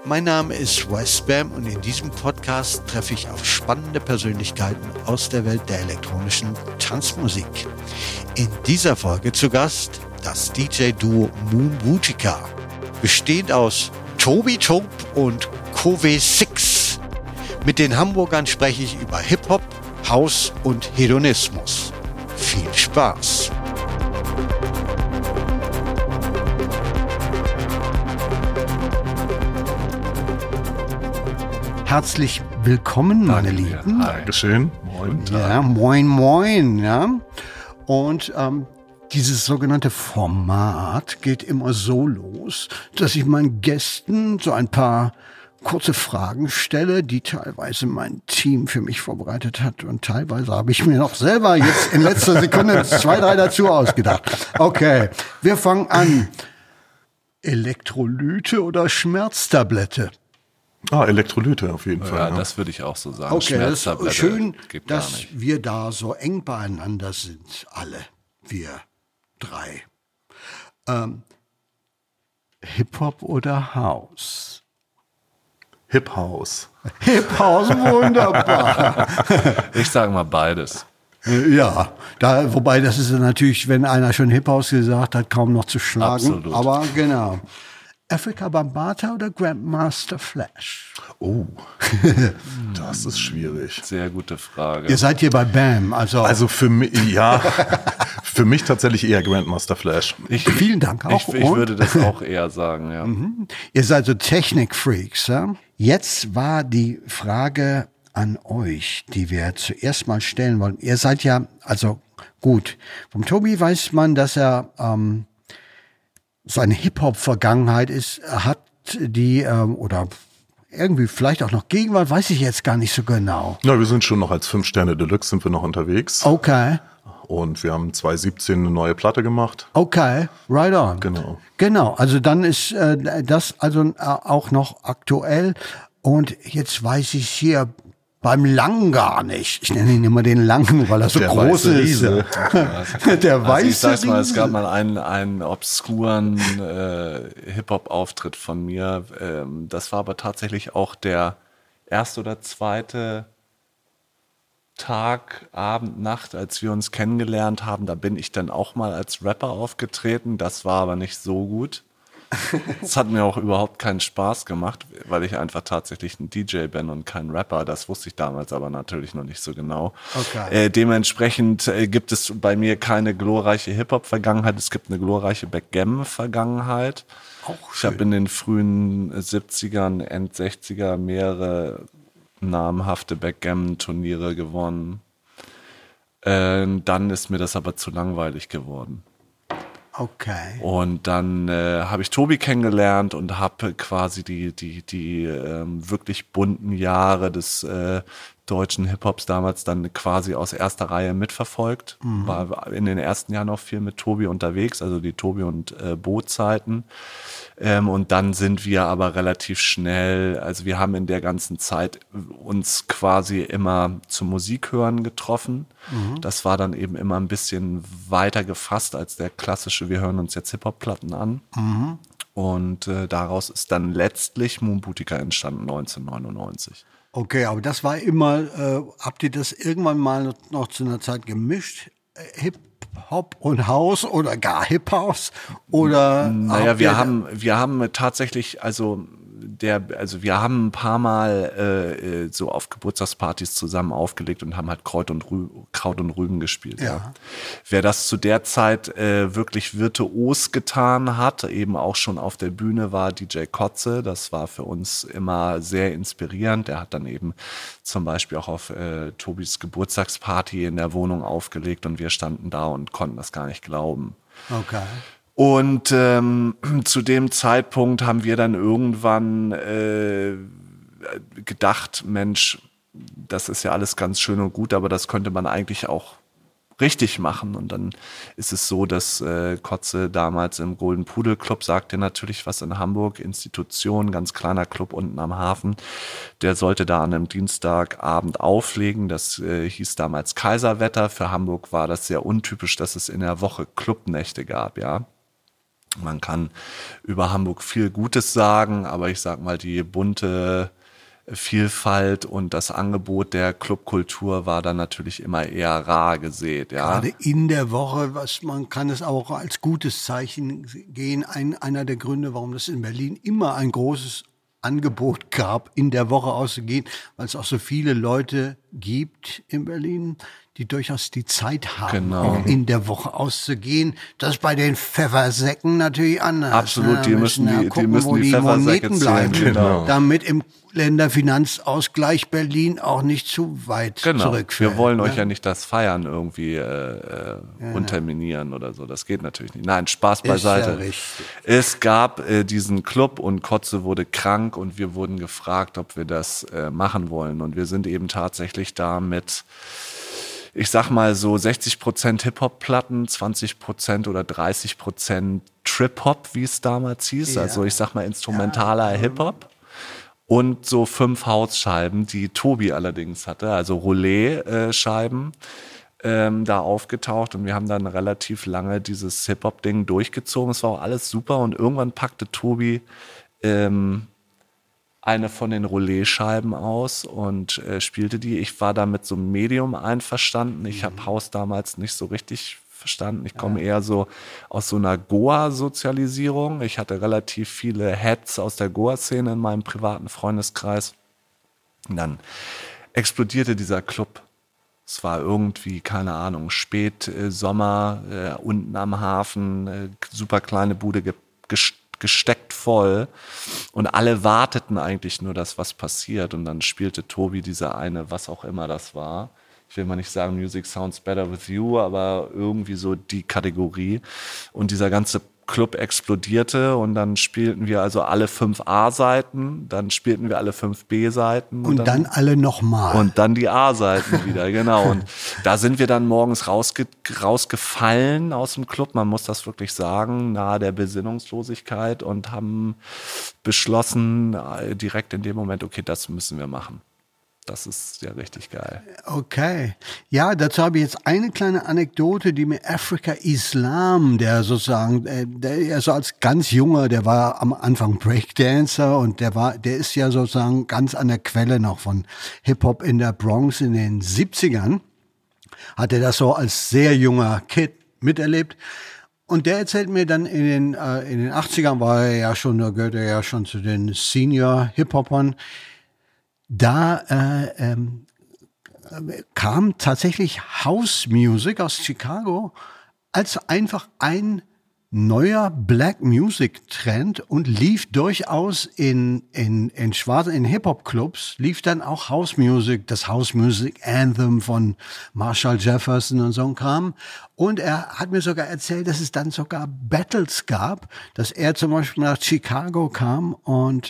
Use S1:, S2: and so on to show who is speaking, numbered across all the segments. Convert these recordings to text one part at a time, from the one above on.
S1: Mein Name ist Wes Bam und in diesem Podcast treffe ich auf spannende Persönlichkeiten aus der Welt der elektronischen Tanzmusik. In dieser Folge zu Gast das DJ-Duo Moonbootica, bestehend aus Tobi Tope und Cove 6. Mit den Hamburgern spreche ich über Hip-Hop, House und Hedonismus. Viel Spaß! Herzlich willkommen, meine Lieben.
S2: Dankeschön. Moin.
S1: Ja, moin. Ja. Und dieses sogenannte Format geht immer so los, dass ich meinen Gästen so ein paar kurze Fragen stelle, die teilweise mein Team für mich vorbereitet hat und teilweise habe ich mir noch selber jetzt in letzter Sekunde 2, 3 dazu ausgedacht. Okay, wir fangen an. Elektrolyte oder Schmerztablette?
S2: Elektrolyte auf jeden Fall.
S3: Ja, das würde ich auch so sagen.
S1: Okay, das ist schön,
S3: geht gar
S1: dass
S3: nicht.
S1: wir da so eng beieinander sind. Alle, wir 3. Hip-Hop oder House?
S2: Hip-House.
S1: Hip-House, wunderbar.
S3: Ich sage mal beides.
S1: Ja, wobei das ist natürlich, wenn einer schon Hip-House gesagt hat, kaum noch zu schlagen.
S3: Absolut.
S1: Aber genau. Afrika Bambaataa oder Grandmaster Flash?
S2: Oh, das ist schwierig.
S3: Sehr gute Frage.
S1: Ihr seid hier bei BAM,
S2: Also für mich, ja, für mich tatsächlich eher Grandmaster Flash.
S1: Vielen Dank auch.
S3: Ich würde das auch eher sagen, ja.
S1: Ihr seid so Technik-Freaks, ja? Jetzt war die Frage an euch, die wir zuerst mal stellen wollen. Ihr seid ja, also gut, vom Tobi weiß man, dass er seine Hip-Hop-Vergangenheit hat, die, oder irgendwie vielleicht auch noch Gegenwart, weiß ich jetzt gar nicht so genau.
S2: Ja, wir sind schon noch als 5 Sterne Deluxe sind wir noch unterwegs.
S1: Okay.
S2: Und wir haben 2017 eine neue Platte gemacht.
S1: Okay, right on.
S2: Genau,
S1: also dann ist das also auch noch aktuell. Und jetzt weiß ich hier beim Langen gar nicht. Ich nenne ihn immer den Langen, weil er so
S2: Der
S1: groß
S2: weiße
S1: ist.
S2: Riese.
S1: Der weiße
S3: Ich sag's mal, es
S1: Riese.
S3: gab mal einen obskuren Hip-Hop-Auftritt von mir. Das war aber tatsächlich auch der erste oder zweite Tag, Abend, Nacht, als wir uns kennengelernt haben. Da bin ich dann auch mal als Rapper aufgetreten. Das war aber nicht so gut. Es hat mir auch überhaupt keinen Spaß gemacht, weil ich einfach tatsächlich ein DJ bin und kein Rapper. Das wusste ich damals aber natürlich noch nicht so genau.
S1: Okay.
S3: Dementsprechend gibt es bei mir keine glorreiche Hip-Hop-Vergangenheit. Es gibt eine glorreiche Backgammon-Vergangenheit.
S1: Auch
S3: Ich
S1: schön.
S3: habe in den frühen 70ern, End 60er mehrere namhafte Backgammon-Turniere gewonnen. Dann ist mir das aber zu langweilig geworden.
S1: Okay.
S3: Und dann habe ich Tobi kennengelernt und habe quasi die wirklich bunten Jahre des deutschen Hip-Hops damals dann quasi aus erster Reihe mitverfolgt. War in den ersten Jahren auch viel mit Tobi unterwegs, also die Tobi und Bo-Zeiten. Und dann sind wir aber relativ schnell, also wir haben in der ganzen Zeit uns quasi immer zum Musikhören getroffen. Das war dann eben immer ein bisschen weiter gefasst als der klassische, wir hören uns jetzt Hip-Hop-Platten an. Und daraus ist dann letztlich Moonbootica entstanden, 1999.
S1: Okay, aber das war immer, habt ihr das irgendwann mal noch zu einer Zeit gemischt? Hip-Hop und House oder gar Hip-House? Oder
S3: Naja, wir haben tatsächlich, wir haben ein paar Mal so auf Geburtstagspartys zusammen aufgelegt und haben halt Kraut und Rüben gespielt. Ja. Wer das zu der Zeit wirklich virtuos getan hat, eben auch schon auf der Bühne, war DJ Kotze. Das war für uns immer sehr inspirierend. Der hat dann eben zum Beispiel auch auf Tobis Geburtstagsparty in der Wohnung aufgelegt und wir standen da und konnten das gar nicht glauben.
S1: Okay.
S3: Und zu dem Zeitpunkt haben wir dann irgendwann gedacht, Mensch, das ist ja alles ganz schön und gut, aber das könnte man eigentlich auch richtig machen. Und dann ist es so, dass Kotze damals im Golden Pudel Club, sagt er natürlich was in Hamburg, Institution, ganz kleiner Club unten am Hafen, der sollte da an einem Dienstagabend auflegen. Das hieß damals Kaiserwetter. Für Hamburg war das sehr untypisch, dass es in der Woche Clubnächte gab, ja. Man kann über Hamburg viel Gutes sagen, aber ich sag mal, die bunte Vielfalt und das Angebot der Clubkultur war dann natürlich immer eher rar gesät. Ja.
S1: Gerade in der Woche, man kann es auch als gutes Zeichen gehen. Einer der Gründe, warum es in Berlin immer ein großes Angebot gab, in der Woche auszugehen, weil es auch so viele Leute gibt in Berlin, die durchaus die Zeit haben, auch in der Woche auszugehen. Das ist bei den Pfeffersäcken natürlich anders.
S3: Absolut, die müssen die
S1: Pfeffersäcke
S3: Moneten
S1: bleiben,
S3: genau.
S1: Damit im Länderfinanzausgleich Berlin auch nicht zu weit zurückfällt.
S3: Wir wollen euch ja nicht das Feiern irgendwie unterminieren oder so. Das geht natürlich nicht. Nein, Spaß beiseite.
S1: Ist ja richtig.
S3: Es gab diesen Club und Kotze wurde krank und wir wurden gefragt, ob wir das machen wollen. Und wir sind eben tatsächlich da mit, ich sag mal so 60% Hip-Hop-Platten, 20% oder 30% Trip-Hop, wie es damals hieß. Ja. Also ich sag mal instrumentaler Hip-Hop. Und so 5 Hausscheiben, die Tobi allerdings hatte, also Roulé-Scheiben, da aufgetaucht. Und wir haben dann relativ lange dieses Hip-Hop-Ding durchgezogen. Es war auch alles super. Und irgendwann packte Tobi eine von den Roulé-Scheiben aus und spielte die. Ich war da mit so einem Medium einverstanden. Ich habe Haus damals nicht so richtig verstanden. Ich komme eher so aus so einer Goa-Sozialisierung. Ich hatte relativ viele Heads aus der Goa-Szene in meinem privaten Freundeskreis. Und dann explodierte dieser Club. Es war irgendwie, keine Ahnung, Spätsommer, unten am Hafen, super kleine Bude gesteckt voll und alle warteten eigentlich nur, dass was passiert und dann spielte Tobi diese eine, was auch immer das war. Ich will mal nicht sagen, Music Sounds Better With You, aber irgendwie so die Kategorie. Und dieser ganze Club explodierte und dann spielten wir also alle 5 A-Seiten, dann spielten wir alle 5 B-Seiten.
S1: Und dann alle nochmal.
S3: Und dann die A-Seiten wieder, genau. Und da sind wir dann morgens rausgefallen aus dem Club, man muss das wirklich sagen, nahe der Besinnungslosigkeit und haben beschlossen, direkt in dem Moment, okay, das müssen wir machen. Das ist ja richtig geil.
S1: Okay. Ja, dazu habe ich jetzt eine kleine Anekdote, die mir Afrika Islam, der sozusagen, der so als ganz junger, der war am Anfang Breakdancer und der ist ja sozusagen ganz an der Quelle noch von Hip-Hop in der Bronx in den 70ern. Hat er das so als sehr junger Kid miterlebt. Und der erzählt mir dann in den 80ern gehört er ja schon zu den Senior-Hip-Hopern. Da kam tatsächlich House Music aus Chicago als einfach ein neuer Black Music Trend und lief durchaus in Hip-Hop Clubs, lief dann auch House Music, das House Music Anthem von Marshall Jefferson und so ein Kram. Und er hat mir sogar erzählt, dass es dann sogar Battles gab, dass er zum Beispiel nach Chicago kam und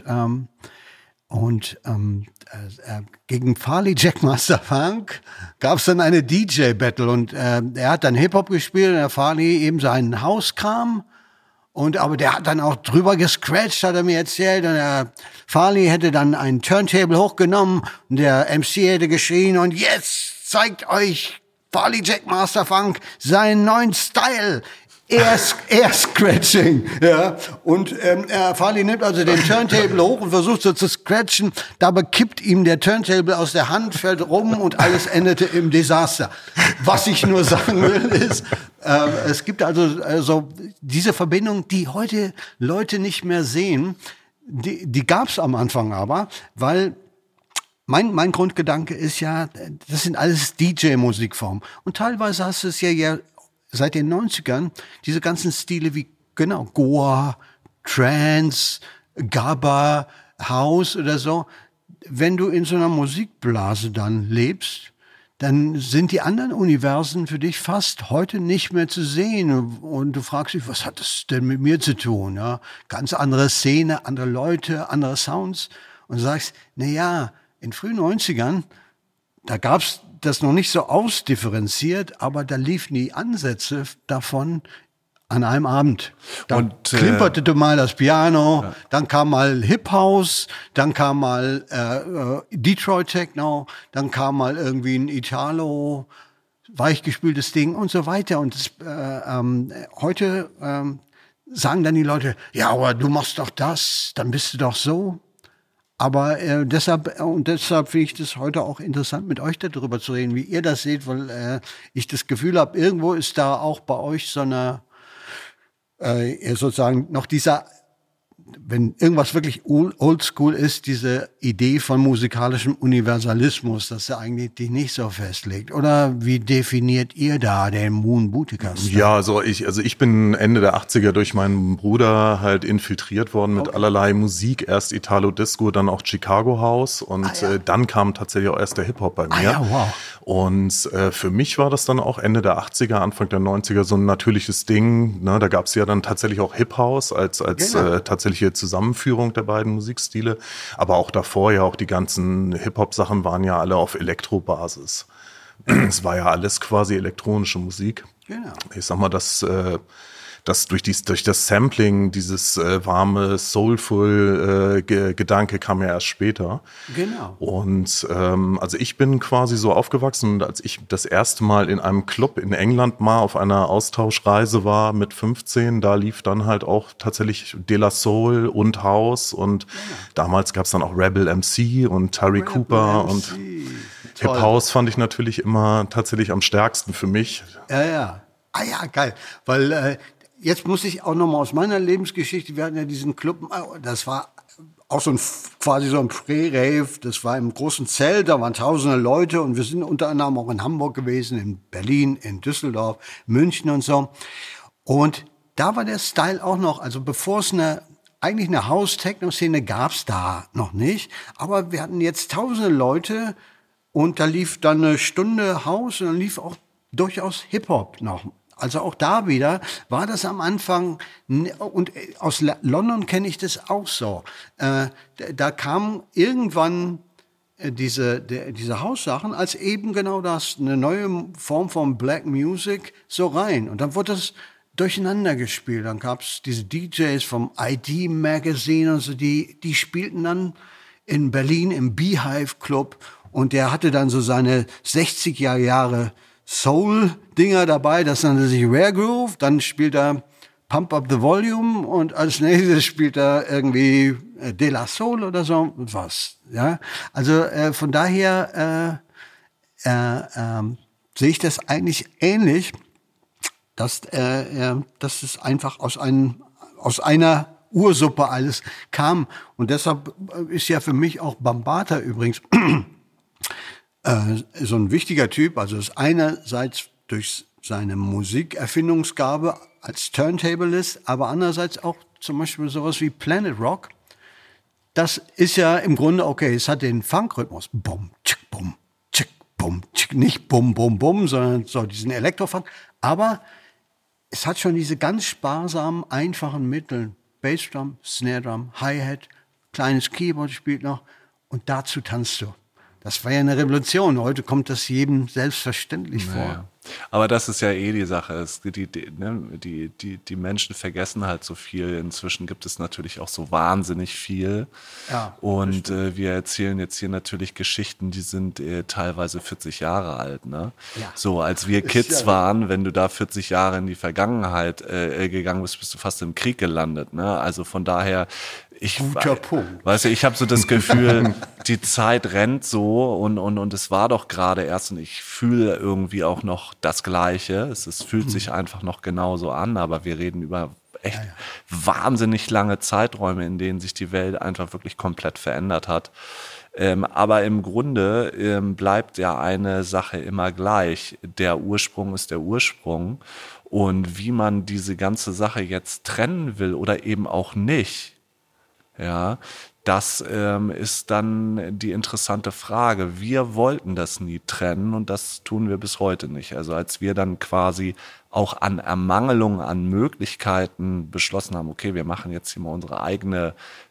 S1: gegen Farley Jackmaster Funk gab es dann eine DJ-Battle und er hat dann Hip-Hop gespielt und der Farley eben seinen Hauskram aber der hat dann auch drüber gescratcht, hat er mir erzählt und der Farley hätte dann einen Turntable hochgenommen und der MC hätte geschrien und jetzt zeigt euch Farley Jackmaster Funk seinen neuen Style. Air Scratching, ja. Und Farley nimmt also den Turntable hoch und versucht so zu scratchen. Dabei kippt ihm der Turntable aus der Hand, fällt rum und alles endete im Desaster. Was ich nur sagen will, ist, es gibt also diese Verbindung, die heute Leute nicht mehr sehen. Die gab's am Anfang aber, weil mein Grundgedanke ist ja, das sind alles DJ-Musikformen. Und teilweise hast du es ja seit den 90ern, diese ganzen Stile wie, Goa, Trance, Gabba, House oder so. Wenn du in so einer Musikblase dann lebst, dann sind die anderen Universen für dich fast heute nicht mehr zu sehen. Und du fragst dich, was hat das denn mit mir zu tun? Ja? Ganz andere Szene, andere Leute, andere Sounds. Und du sagst, in frühen 90ern, da gab's das noch nicht so ausdifferenziert, aber da liefen die Ansätze davon an einem Abend. Dann klimperte du mal das Piano, dann kam mal Hip House, dann kam mal Detroit Techno, dann kam mal irgendwie ein Italo, weichgespültes Ding und so weiter. Und heute sagen dann die Leute, ja, aber du machst doch das, dann bist du doch so. Aber deshalb finde ich das heute auch interessant, mit euch darüber zu reden, wie ihr das seht, weil ich das Gefühl habe, irgendwo ist da auch bei euch so eine, sozusagen noch dieser, wenn irgendwas wirklich oldschool ist, diese Idee von musikalischem Universalismus, dass er eigentlich die nicht so festlegt. Oder wie definiert ihr da den Moon Boutique-Style?
S2: Ja, also ich bin Ende der 80er durch meinen Bruder halt infiltriert worden mit allerlei Musik. Erst Italo-Disco, dann auch Chicago House und dann kam tatsächlich auch erst der Hip-Hop bei mir.
S1: Ja, wow.
S2: Und für mich war das dann auch Ende der 80er, Anfang der 90er so ein natürliches Ding. Ne? Da gab es ja dann tatsächlich auch Hip-House als tatsächliche Zusammenführung der beiden Musikstile. Aber auch davor ja auch die ganzen Hip-Hop-Sachen waren ja alle auf Elektrobasis. Es war ja alles quasi elektronische Musik.
S1: Genau.
S2: Ich sag mal, dass durch das Sampling, dieses warme, soulful Gedanke kam ja erst später.
S1: Genau.
S2: Und also ich bin quasi so aufgewachsen, und als ich das erste Mal in einem Club in England mal auf einer Austauschreise war mit 15, da lief dann halt auch tatsächlich De La Soul und House und damals gab es dann auch Rebel MC und Terry Cooper und Hip House fand ich natürlich immer tatsächlich am stärksten für mich.
S1: Ja. Ah ja, geil. Weil jetzt muss ich auch noch mal aus meiner Lebensgeschichte, wir hatten ja diesen Club, das war auch quasi so ein Pre-Rave, das war im großen Zelt, da waren tausende Leute und wir sind unter anderem auch in Hamburg gewesen, in Berlin, in Düsseldorf, München und so. Und da war der Style auch noch, also bevor es eigentlich eine House-Techno-Szene gab's da noch nicht, aber wir hatten jetzt tausende Leute und da lief dann eine Stunde House und dann lief auch durchaus Hip-Hop noch. Also auch da wieder war das am Anfang, und aus London kenne ich das auch so. Da kam irgendwann diese Haussachen als eben genau das, eine neue Form von Black Music so rein. Und dann wurde das durcheinander gespielt. Dann gab's diese DJs vom ID Magazine und so, die spielten dann in Berlin im Beehive Club und der hatte dann so seine 60er Jahre Soul-Dinger dabei, das nannte sich Rare Groove, dann spielt er Pump Up the Volume und als nächstes spielt er irgendwie De La Soul oder so und was. Ja, also von daher sehe ich das eigentlich ähnlich, dass es einfach aus einer Ursuppe alles kam und deshalb ist ja für mich auch Bambata übrigens so ein wichtiger Typ, also ist einerseits durch seine Musikerfindungsgabe als Turntablist, aber andererseits auch zum Beispiel sowas wie Planet Rock. Das ist ja im Grunde, okay, es hat den Funk-Rhythmus. Bum, tschick, bum, tschick, bum, tschick. Nicht bum, bum, bum, sondern so diesen Elektrofunk. Aber es hat schon diese ganz sparsamen, einfachen Mittel. Bassdrum, Snare Drum, Hi-Hat, kleines Keyboard spielt noch und dazu tanzt du. Das war ja eine Revolution. Heute kommt das jedem selbstverständlich vor.
S3: Aber das ist ja die Sache. Die Menschen vergessen halt so viel. Inzwischen gibt es natürlich auch so wahnsinnig viel. Ja, und wir erzählen jetzt hier natürlich Geschichten, die sind teilweise 40 Jahre alt. Ne? Ja. So, als wir Kids waren, wenn du da 40 Jahre in die Vergangenheit gegangen bist, bist du fast im Krieg gelandet. Ne? Also von daher...
S1: Guter Punkt.
S3: Weißt du, ich habe so das Gefühl, die Zeit rennt so und es war doch gerade erst und ich fühle irgendwie auch noch das Gleiche. Es fühlt sich einfach noch genauso an, aber wir reden über echt wahnsinnig lange Zeiträume, in denen sich die Welt einfach wirklich komplett verändert hat. Aber im Grunde bleibt ja eine Sache immer gleich. Der Ursprung ist der Ursprung und wie man diese ganze Sache jetzt trennen will oder eben auch nicht, ja, das ist dann die interessante Frage. Wir wollten das nie trennen und das tun wir bis heute nicht. Also als wir dann quasi auch an Ermangelung an Möglichkeiten beschlossen haben, okay, wir machen jetzt hier mal unsere eigene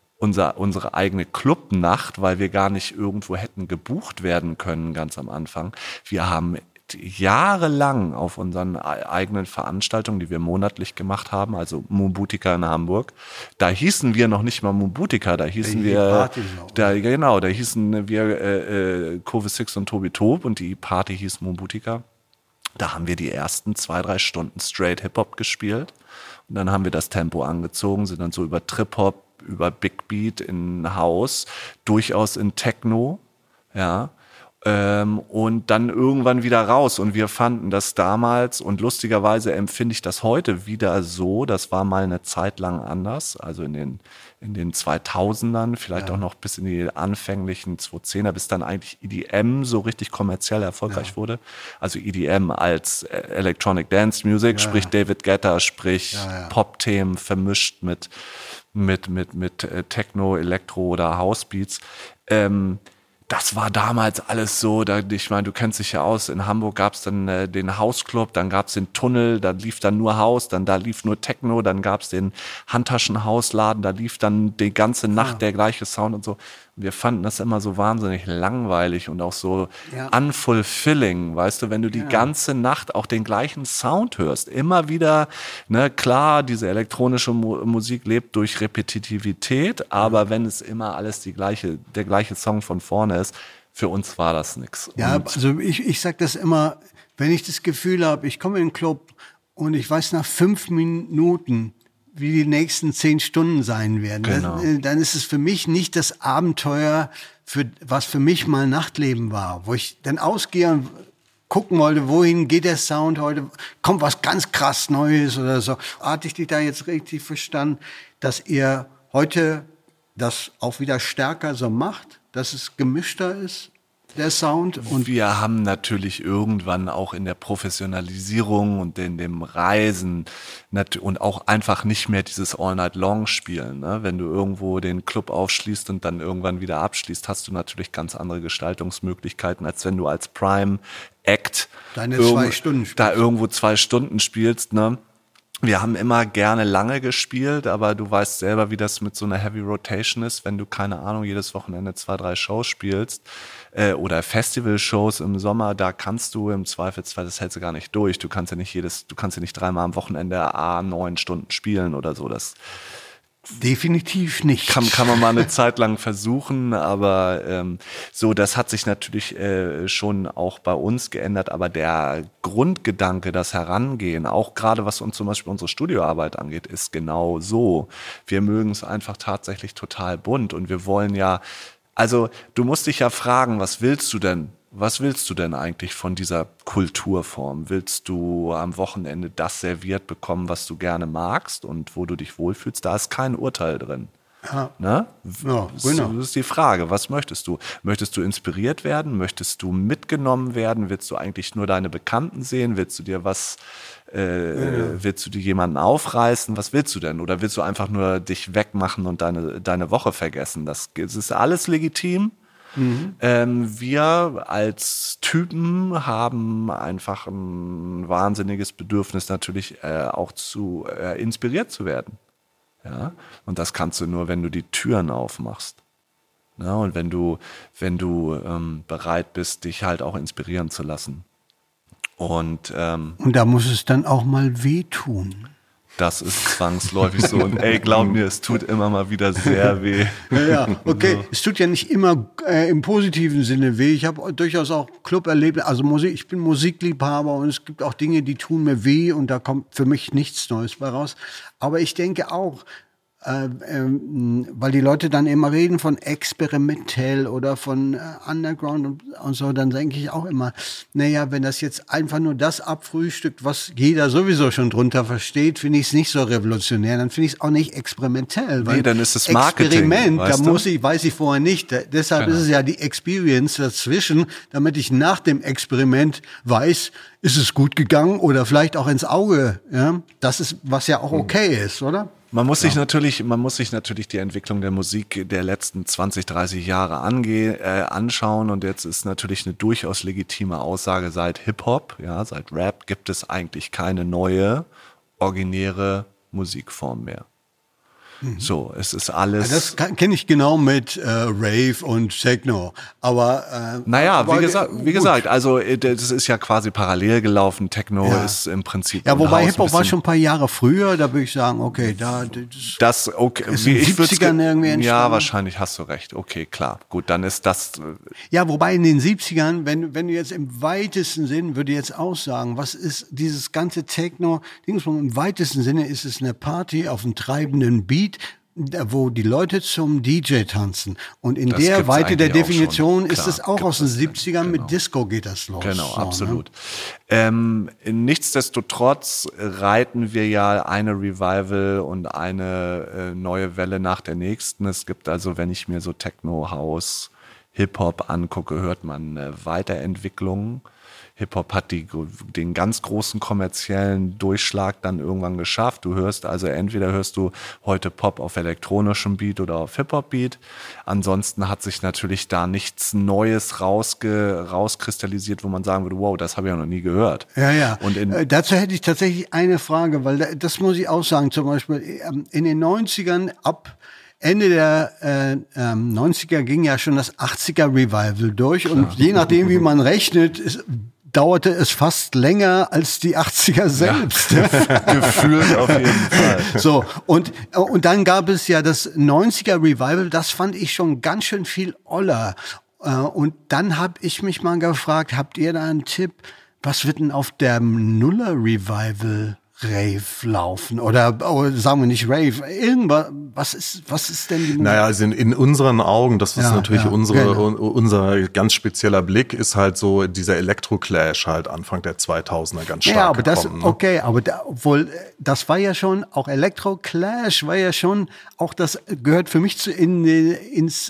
S3: Clubnacht, weil wir gar nicht irgendwo hätten gebucht werden können ganz am Anfang. Wir haben jahrelang auf unseren eigenen Veranstaltungen, die wir monatlich gemacht haben, also Moon Boutique in Hamburg, da hießen wir noch nicht mal Moon Boutique, da hießen wir Kurve Six und Tobi Tob und die Party hieß Moon Boutique. Da haben wir die ersten 2-3 Stunden straight Hip-Hop gespielt Und dann haben wir das Tempo angezogen, sind dann so über Trip-Hop, über Big Beat in House, durchaus in Techno, ja, und dann irgendwann wieder raus. Und wir fanden das damals, und lustigerweise empfinde ich das heute wieder so, das war mal eine Zeit lang anders, also in den 2000ern, vielleicht auch noch bis in die anfänglichen 2010er, bis dann eigentlich EDM so richtig kommerziell erfolgreich wurde. Also EDM als Electronic Dance Music, sprich David Guetta, sprich Pop-Themen vermischt mit Techno, Elektro oder Housebeats. Das war damals alles so, ich meine, du kennst dich ja aus, in Hamburg gab's dann den Hausclub, dann gab's den Tunnel, da lief dann nur Haus, da lief nur Techno, dann gab's den Handtaschenhausladen, da lief dann die ganze Nacht der gleiche Sound und so. Und wir fanden das immer so wahnsinnig langweilig und auch so unfulfilling, weißt du, wenn du die ganze Nacht auch den gleichen Sound hörst, immer wieder, ne, klar, diese elektronische Musik lebt durch Repetitivität, aber wenn es immer alles der gleiche Song von vorne ist, für uns war das nix.
S4: Ja, also ich sag das immer, wenn ich das Gefühl habe, ich komme in den Club und ich weiß nach 5 Minuten, wie die nächsten 10 Stunden sein werden.
S3: Genau.
S4: Dann ist es für mich nicht das Abenteuer, was für mich mal Nachtleben war, wo ich dann ausgehe und gucken wollte, wohin geht der Sound heute, kommt was ganz krass Neues oder so. Hatte ich dich da jetzt richtig verstanden, dass ihr heute das auch wieder stärker so macht, dass es gemischter ist, der Sound?
S3: Und wir haben natürlich irgendwann auch in der Professionalisierung und in dem Reisen und auch einfach nicht mehr dieses All-Night-Long-Spielen. Ne? Wenn du irgendwo den Club aufschließt und dann irgendwann wieder abschließt, hast du natürlich ganz andere Gestaltungsmöglichkeiten, als wenn du als Prime-Act
S4: da irgendwo
S3: 2 Stunden spielst, ne? Wir haben immer gerne lange gespielt, aber du weißt selber, wie das mit so einer Heavy Rotation ist, wenn du, keine Ahnung, jedes Wochenende 2, 3 Shows spielst oder Festival-Shows im Sommer, da kannst du im Zweifelsfall, das hältst du gar nicht durch. Du kannst ja nicht 3-mal am Wochenende 9 Stunden spielen oder so. Das
S4: definitiv nicht.
S3: Kann man mal eine Zeit lang versuchen, aber so, das hat sich natürlich schon auch bei uns geändert, aber der Grundgedanke, das Herangehen, auch gerade was uns zum Beispiel unsere Studioarbeit angeht, ist genau so. Wir mögen es einfach tatsächlich total bunt und wir wollen ja, also du musst dich ja fragen, was willst du denn? Was willst du denn eigentlich von dieser Kulturform? Willst du am Wochenende das serviert bekommen, was du gerne magst und wo du dich wohlfühlst? Da ist kein Urteil drin.
S4: Ja.
S3: Ne?
S4: Ja, genau.
S3: Das ist die Frage, was möchtest du? Möchtest du inspiriert werden? Möchtest du mitgenommen werden? Willst du eigentlich nur deine Bekannten sehen? Willst du dir willst du dir jemanden aufreißen? Was willst du denn? Oder willst du einfach nur dich wegmachen und deine Woche vergessen? Das ist alles legitim. Wir als Typen haben einfach ein wahnsinniges Bedürfnis natürlich auch inspiriert zu werden. Ja? Und das kannst du nur, wenn du die Türen aufmachst. Ja? Und wenn du bereit bist, dich halt auch inspirieren zu lassen. Und
S4: da muss es dann auch mal wehtun.
S3: Das ist zwangsläufig so. Und ey, glaub mir, es tut immer mal wieder sehr weh.
S4: Ja, okay. So. Es tut ja nicht immer im positiven Sinne weh. Ich habe durchaus auch Club erlebt. Also ich bin Musikliebhaber und es gibt auch Dinge, die tun mir weh und da kommt für mich nichts Neues bei raus. Aber ich denke auch, weil die Leute dann immer reden von experimentell oder von Underground und so, dann denke ich auch immer, naja, wenn das jetzt einfach nur das abfrühstückt, was jeder sowieso schon drunter versteht, finde ich es nicht so revolutionär, dann finde ich es auch nicht experimentell. Weil
S3: dann ist es Marketing.
S4: Experiment, weiß ich vorher nicht. Deshalb ist es ja die Experience dazwischen, damit ich nach dem Experiment weiß, ist es gut gegangen oder vielleicht auch ins Auge. Ja? Das ist, was ja auch okay ist, oder?
S3: Man muss sich natürlich die Entwicklung der Musik der letzten 20, 30 Jahre anschauen und jetzt ist natürlich eine durchaus legitime Aussage, seit Hip-Hop, ja, seit Rap gibt es eigentlich keine neue, originäre Musikform mehr. So, es ist alles.
S4: Das kenne ich genau mit Rave und Techno. Aber
S3: wie gesagt, also das ist ja quasi parallel gelaufen. Techno ist im Prinzip.
S4: Ja, wobei Hip-Hop war schon ein paar Jahre früher. Da würde ich sagen, okay,
S3: das okay,
S4: ist in den 70ern irgendwie entstanden.
S3: Ja, wahrscheinlich hast du recht. Okay, klar, gut, dann ist das.
S4: Ja, wobei in den 70ern, wenn du jetzt im weitesten Sinn, würde ich jetzt auch sagen, was ist dieses ganze Techno? Im weitesten Sinne ist es eine Party auf einem treibenden Beat, wo die Leute zum DJ tanzen. Und in der Weite der Definition ist es auch aus den 70ern, mit Disco geht das los.
S3: Genau, so, absolut. Ne? Nichtsdestotrotz reiten wir ja eine Revival und eine neue Welle nach der nächsten. Es gibt also, wenn ich mir so Techno, House, Hip-Hop angucke, hört man Weiterentwicklungen. Hip-Hop hat den ganz großen kommerziellen Durchschlag dann irgendwann geschafft. Du hörst also, entweder hörst du heute Pop auf elektronischem Beat oder auf Hip-Hop-Beat. Ansonsten hat sich natürlich da nichts Neues rauskristallisiert, wo man sagen würde, wow, das habe ich ja noch nie gehört.
S4: Ja. Und dazu hätte ich tatsächlich eine Frage, weil das muss ich auch sagen, zum Beispiel in den 90ern ab Ende der 90er ging ja schon das 80er Revival durch und je nachdem, wie man rechnet, dauerte es fast länger als die 80er selbst.
S3: Ja, gefühlt auf jeden Fall.
S4: So, und dann gab es ja das 90er Revival, das fand ich schon ganz schön viel oller. Und dann habe ich mich mal gefragt, habt ihr da einen Tipp, was wird denn auf der Nuller Revival Rave laufen oder sagen wir nicht Rave, irgendwas, was ist denn die?
S2: Naja, also in unseren Augen, das ist natürlich unser ganz spezieller Blick, ist halt so dieser Elektro-Clash halt Anfang der 2000er ganz stark gekommen.
S4: Okay, aber obwohl, das war ja schon, auch Elektro-Clash war ja schon, auch das gehört für mich ins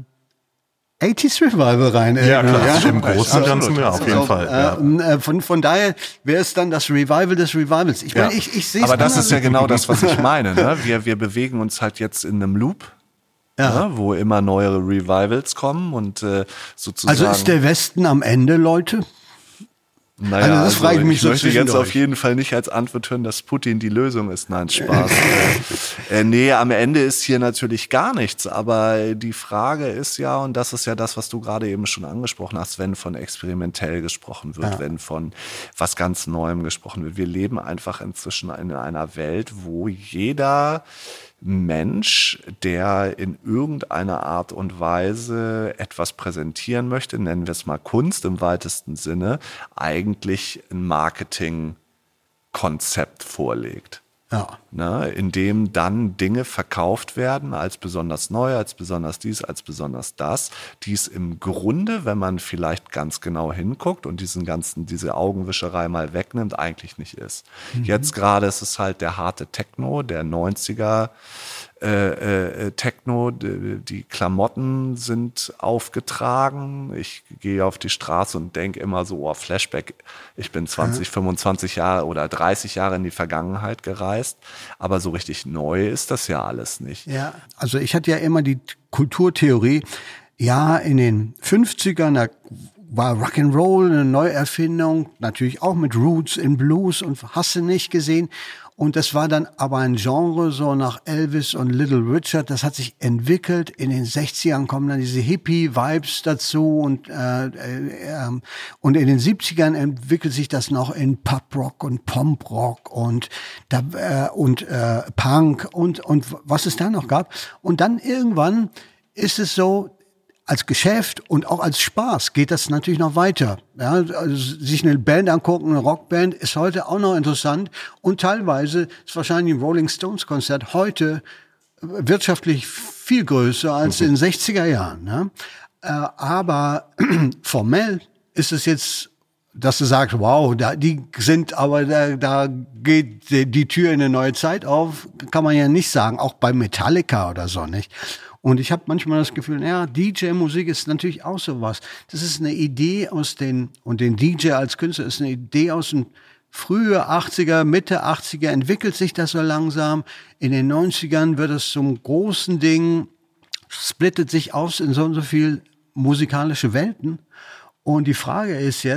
S4: 80s Revival rein.
S2: Ja, klar, das stimmt. Im Großen und Ganzen, ja, auf jeden Fall. Ja.
S4: Von daher wäre es dann das Revival des Revivals. Ich meine, ich sehe es.
S3: Aber das ist ja genau das, was ich meine. Ne? Wir bewegen uns halt jetzt in einem Loop, ne? Wo immer neuere Revivals kommen und sozusagen.
S4: Also ist der Westen am Ende, Leute?
S3: Naja, also das frage ich mich so möchte jetzt auf jeden Fall nicht als Antwort hören, dass Putin die Lösung ist. Nein, Spaß. Nee, am Ende ist hier natürlich gar nichts. Aber die Frage ist ja, und das ist ja das, was du gerade eben schon angesprochen hast, wenn von experimentell gesprochen wird, wenn von was ganz Neuem gesprochen wird. Wir leben einfach inzwischen in einer Welt, wo jeder Mensch, der in irgendeiner Art und Weise etwas präsentieren möchte, nennen wir es mal Kunst im weitesten Sinne, eigentlich ein Marketingkonzept vorlegt.
S4: Ja.
S3: Ne, in dem dann Dinge verkauft werden als besonders neu, als besonders dies, als besonders das, die es im Grunde, wenn man vielleicht ganz genau hinguckt und diese Augenwischerei mal wegnimmt, eigentlich nicht ist. Jetzt gerade ist es halt der harte Techno, der 90er Techno, die Klamotten sind aufgetragen. Ich gehe auf die Straße und denke immer so, Flashback, ich bin 20, 25 Jahre oder 30 Jahre in die Vergangenheit gereist. Aber so richtig neu ist das ja alles nicht.
S4: Ja, also ich hatte ja immer die Kulturtheorie, ja, in den 50ern, da war Rock'n'Roll eine Neuerfindung, natürlich auch mit Roots in Blues und hast du nicht gesehen. Und das war dann aber ein Genre, so nach Elvis und Little Richard, das hat sich entwickelt. In den 60ern kommen dann diese Hippie-Vibes dazu und in den 70ern entwickelt sich das noch in Pop-Rock und Pop-Rock und Punk und was es da noch gab. Und dann irgendwann ist es so, als Geschäft und auch als Spaß geht das natürlich noch weiter. Ja, also sich eine Band angucken, eine Rockband, ist heute auch noch interessant. Und teilweise ist wahrscheinlich ein Rolling Stones Konzert heute wirtschaftlich viel größer als in den 60er Jahren. Ne? Aber formell ist es jetzt, dass du sagst, wow, da geht die Tür in eine neue Zeit auf, kann man ja nicht sagen, auch bei Metallica oder so, nicht? Und ich habe manchmal das Gefühl, ja, DJ-Musik ist natürlich auch sowas. Das ist eine Idee und den DJ als Künstler ist eine Idee aus den frühen 80er, Mitte 80er, entwickelt sich das so langsam. In den 90ern wird es zum großen Ding, splittet sich aus in so und so viel musikalische Welten. Und die Frage ist jetzt,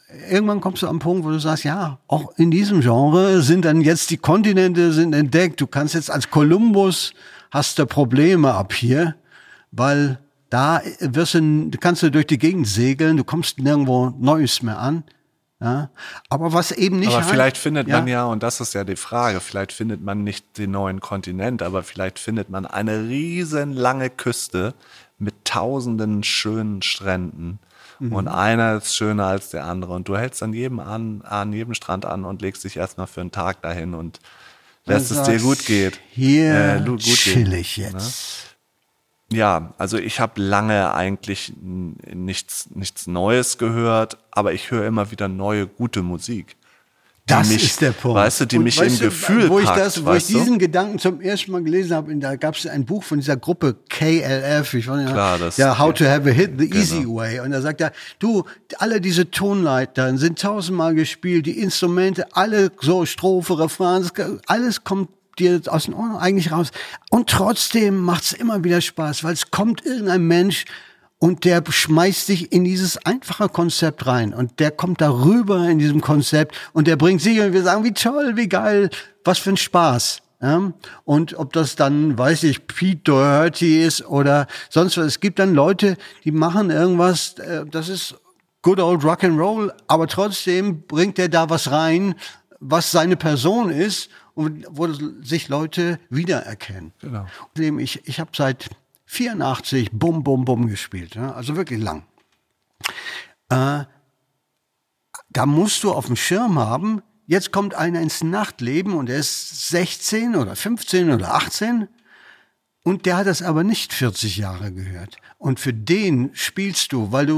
S4: irgendwann kommst du am Punkt, wo du sagst, ja, auch in diesem Genre sind dann jetzt die Kontinente sind entdeckt. Du kannst jetzt als Kolumbus hast du Probleme ab hier, weil da kannst du durch die Gegend segeln, du kommst nirgendwo Neues mehr an. Ja, aber was eben nicht.
S3: Aber vielleicht findet man ja, und das ist ja die Frage, vielleicht findet man nicht den neuen Kontinent, aber vielleicht findet man eine riesenlange Küste mit tausenden schönen Stränden. Und einer ist schöner als der andere. Und du hältst an jedem Strand an und legst dich erstmal für einen Tag dahin und lässt es dir gut gehen.
S4: Hier chill ich jetzt. Ne?
S3: Ja, also ich habe lange eigentlich nichts Neues gehört, aber ich höre immer wieder neue, gute Musik.
S4: Das ist der Punkt.
S3: Weißt du, die mich im Gefühl packt.
S4: Wo ich diesen Gedanken zum ersten Mal gelesen habe, da gab es ein Buch von dieser Gruppe KLF, How to Have a Hit the Easy Way. Und da sagt er, alle diese Tonleitern sind 1000-mal gespielt, die Instrumente, alle so Strophe, Refrain, alles kommt dir aus den Ohren eigentlich raus. Und trotzdem macht's immer wieder Spaß, weil es kommt irgendein Mensch und der schmeißt sich in dieses einfache Konzept rein. Und der kommt darüber in diesem Konzept und der bringt sich und wir sagen, wie toll, wie geil, was für ein Spaß. Ja? Und ob das dann, weiß ich, Pete Doherty ist oder sonst was. Es gibt dann Leute, die machen irgendwas, das ist good old Rock'n'Roll, aber trotzdem bringt der da was rein, was seine Person ist und wo sich Leute wiedererkennen.
S3: Genau.
S4: Ich habe seit 84 Bum Bum Bum gespielt, ja? Also wirklich lang. Da musst du auf dem Schirm haben, jetzt kommt einer ins Nachtleben und er ist 16 oder 15 oder 18 und der hat das aber nicht 40 Jahre gehört. Und für den spielst du, weil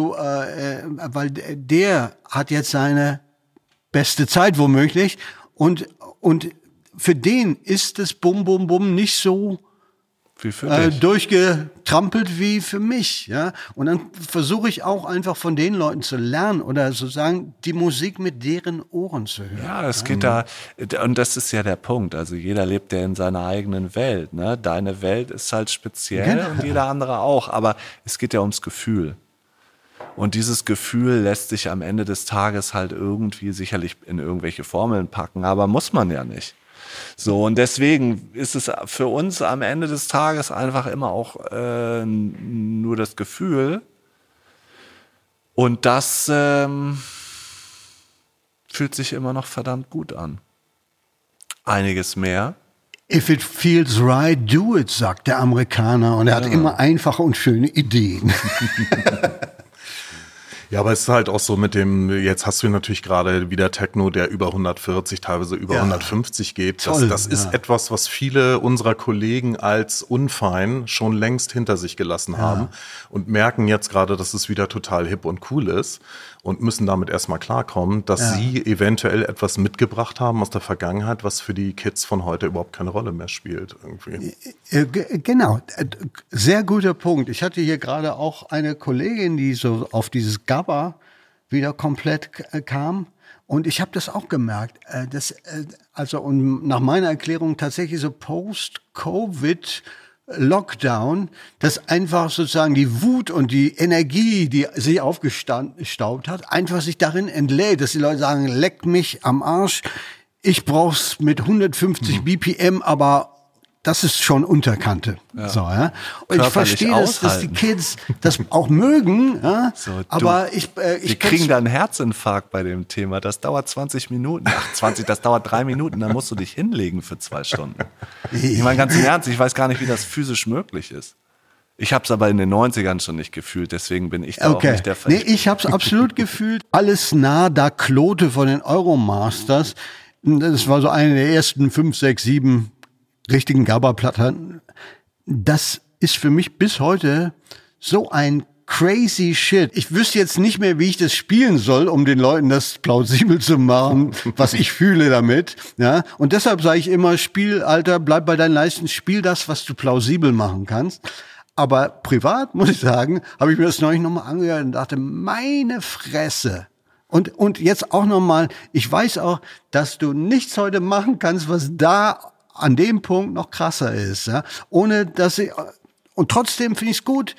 S4: der hat jetzt seine beste Zeit womöglich und für den ist das Bum Bum Bum nicht so durchgetrampelt wie für mich, ja. Und dann versuche ich auch einfach von den Leuten zu lernen oder sozusagen die Musik mit deren Ohren zu hören.
S3: Ja, es geht da, und das ist ja der Punkt. Also jeder lebt ja in seiner eigenen Welt, ne? Deine Welt ist halt speziell und jeder andere auch, aber es geht ja ums Gefühl. Und dieses Gefühl lässt sich am Ende des Tages halt irgendwie sicherlich in irgendwelche Formeln packen, aber muss man ja nicht. So, und deswegen ist es für uns am Ende des Tages einfach immer auch nur das Gefühl. Und das fühlt sich immer noch verdammt gut an. Einiges mehr.
S4: If it feels right, do it, sagt der Amerikaner. Und er hat immer einfache und schöne Ideen.
S2: Ja, aber es ist halt auch so mit dem, jetzt hast du natürlich gerade wieder Techno, der über 140, teilweise über 150 geht. Das ist etwas, was viele unserer Kollegen als unfein schon längst hinter sich gelassen haben und merken jetzt gerade, dass es wieder total hip und cool ist und müssen damit erstmal klarkommen, dass sie eventuell etwas mitgebracht haben aus der Vergangenheit, was für die Kids von heute überhaupt keine Rolle mehr spielt. Irgendwie.
S4: Genau, sehr guter Punkt. Ich hatte hier gerade auch eine Kollegin, die so auf dieses GABA wieder komplett kam. Und ich habe das auch gemerkt. Und nach meiner Erklärung tatsächlich so Post-Covid Lockdown, dass einfach sozusagen die Wut und die Energie, die sich aufgestaubt hat, einfach sich darin entlädt, dass die Leute sagen, leck mich am Arsch, ich brauch's mit 150 BPM, aber das ist schon Unterkante. Ja. So, ja. Und ich verstehe das, dass die Kids das auch mögen, ja. So, aber ich
S3: kriegen da einen Herzinfarkt bei dem Thema. Das dauert 20 Minuten. Das dauert 3 Minuten, dann musst du dich hinlegen für 2 Stunden. Ich meine ganz im Ernst, ich weiß gar nicht, wie das physisch möglich ist. Ich habe es aber in den 90ern schon nicht gefühlt, deswegen bin ich da auch nicht der Fall.
S4: Nee, ich habe es absolut gefühlt. Alles nah da Klote von den Euromasters. Das war so eine der ersten 5, 6, 7 richtigen GABA-Platten. Das ist für mich bis heute so ein crazy shit. Ich wüsste jetzt nicht mehr, wie ich das spielen soll, um den Leuten das plausibel zu machen, was ich fühle damit. Ja, und deshalb sage ich immer, spiel, Alter, bleib bei deinen Leisten, spiel das, was du plausibel machen kannst. Aber privat, muss ich sagen, habe ich mir das neulich nochmal angehört und dachte, meine Fresse. Und jetzt auch nochmal, ich weiß auch, dass du nichts heute machen kannst, was da an dem Punkt noch krasser ist, ja, ohne dass und trotzdem finde ich es gut.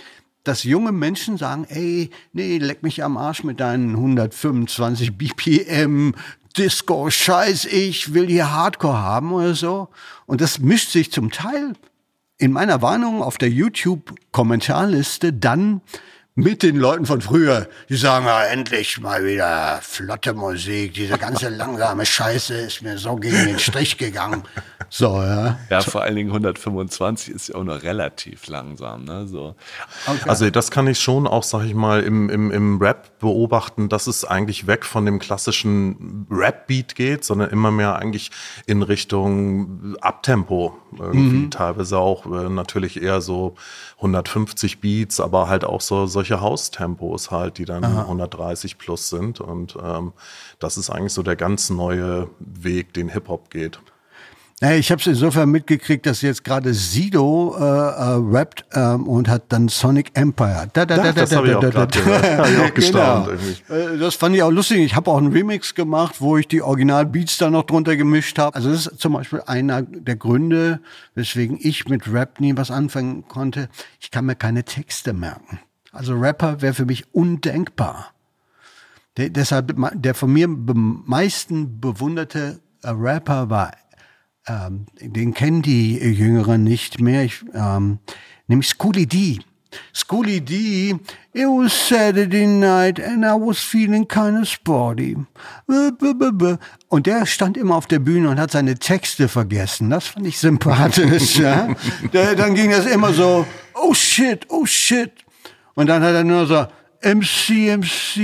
S4: dass junge Menschen sagen, ey, nee, leck mich am Arsch mit deinen 125 BPM, Disco, scheiß, ich will hier Hardcore haben oder so. Und das mischt sich zum Teil in meiner Warnung auf der YouTube-Kommentarliste dann mit den Leuten von früher, die sagen, endlich mal wieder flotte Musik, diese ganze langsame Scheiße ist mir so gegen den Strich gegangen. So, ja.
S3: Ja, vor allen Dingen 125 ist ja auch noch relativ langsam, ne? So.
S2: Okay. Also das kann ich schon auch, sag ich mal, im Rap beobachten, dass es eigentlich weg von dem klassischen Rap-Beat geht, sondern immer mehr eigentlich in Richtung Abtempo. Irgendwie teilweise auch natürlich eher so 150 Beats, aber halt auch solche Haustempos halt, die dann 130 plus sind. Und das ist eigentlich so der ganz neue Weg, den Hip-Hop geht.
S4: Naja, ich habe es insofern mitgekriegt, dass jetzt gerade Sido rappt und hat dann Sonic Empire.
S2: Das habe ich auch gerade gehört. Habe ich auch gestaunt irgendwie.
S4: Das fand ich auch lustig. Ich habe auch einen Remix gemacht, wo ich die Original-Beats da noch drunter gemischt habe. Also das ist zum Beispiel einer der Gründe, weswegen ich mit Rap nie was anfangen konnte. Ich kann mir keine Texte merken. Also Rapper wäre für mich undenkbar. Deshalb der von mir meisten bewunderte Rapper war den kennen die Jüngeren nicht mehr, nämlich Schooly D. Schooly D, it was Saturday night and I was feeling kind of sporty. Und der stand immer auf der Bühne und hat seine Texte vergessen. Das fand ich sympathisch. Ja? Dann ging das immer so, oh shit. Und dann hat er nur so, MC.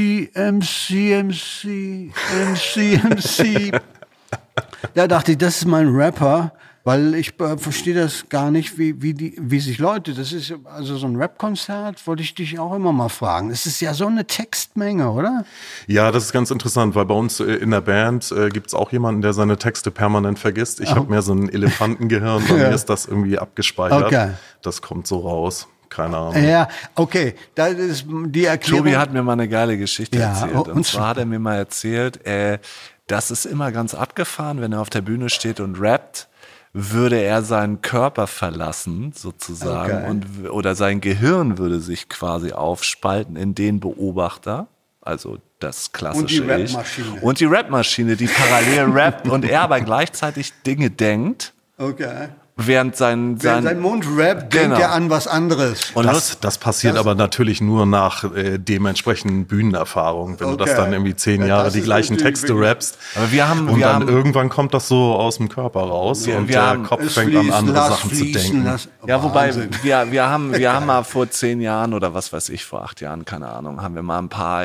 S4: Da dachte ich, das ist mein Rapper, weil ich verstehe das gar nicht, wie sich Leute, das ist also so ein Rap-Konzert, wollte ich dich auch immer mal fragen. Es ist ja so eine Textmenge, oder?
S2: Ja, das ist ganz interessant, weil bei uns in der Band gibt's auch jemanden, der seine Texte permanent vergisst. Ich habe mehr so ein Elefantengehirn, bei mir ist das irgendwie abgespeichert. Okay. Das kommt so raus. Keine Ahnung.
S4: Ja, okay. Das ist die Erklärung.
S3: Tobi hat mir mal eine geile Geschichte erzählt. Und zwar hat er mir mal erzählt, das ist immer ganz abgefahren, wenn er auf der Bühne steht und rappt, würde er seinen Körper verlassen, sozusagen, oder sein Gehirn würde sich quasi aufspalten in den Beobachter, also das klassische Ich. Und die Rapmaschine, die parallel rappt und er aber gleichzeitig Dinge denkt.
S4: Okay.
S3: Während sein
S4: Mund rappt, denkt er an was anderes.
S2: Und das passiert aber natürlich nur nach dementsprechenden Bühnenerfahrungen, wenn du das dann irgendwie 10 Jahre die gleichen Texte rappst.
S3: Aber
S2: irgendwann kommt das so aus dem Körper raus und der Kopf fängt an, andere Sachen zu denken.
S3: Ja, wobei wir haben mal vor 10 Jahren oder was weiß ich, vor 8 Jahren, keine Ahnung, haben wir mal